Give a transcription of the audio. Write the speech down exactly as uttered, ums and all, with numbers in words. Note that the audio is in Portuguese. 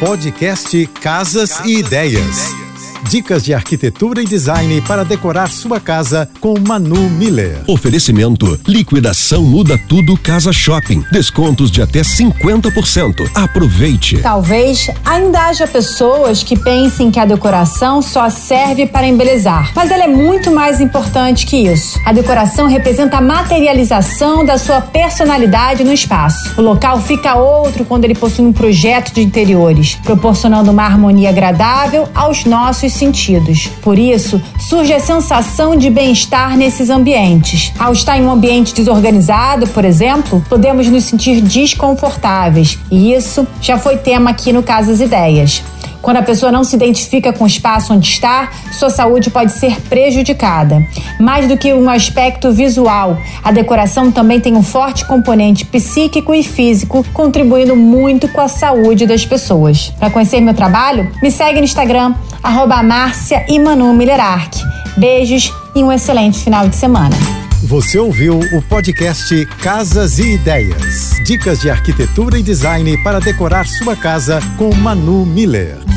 Podcast Casas e Ideias. Dicas de arquitetura e design para decorar sua casa com Manu Miller. Oferecimento: liquidação muda tudo Casa Shopping. Descontos de até cinquenta por cento. Aproveite. Talvez ainda haja pessoas que pensem que a decoração só serve para embelezar, mas ela é muito mais importante que isso. A decoração representa a materialização da sua personalidade no espaço. O local fica outro quando ele possui um projeto de interiores, proporcionando uma harmonia agradável aos nossos sentidos. Por isso, surge a sensação de bem-estar nesses ambientes. Ao estar em um ambiente desorganizado, por exemplo, podemos nos sentir desconfortáveis, e isso já foi tema aqui no Casas e Ideias. Quando a pessoa não se identifica com o espaço onde está, sua saúde pode ser prejudicada. Mais do que um aspecto visual, a decoração também tem um forte componente psíquico e físico, contribuindo muito com a saúde das pessoas. Para conhecer meu trabalho, me segue no Instagram, arroba Márcia e Manu Miller Arq. Beijos e um excelente final de semana. Você ouviu o podcast Casas e Ideias. Dicas de arquitetura e design para decorar sua casa com Manu Miller.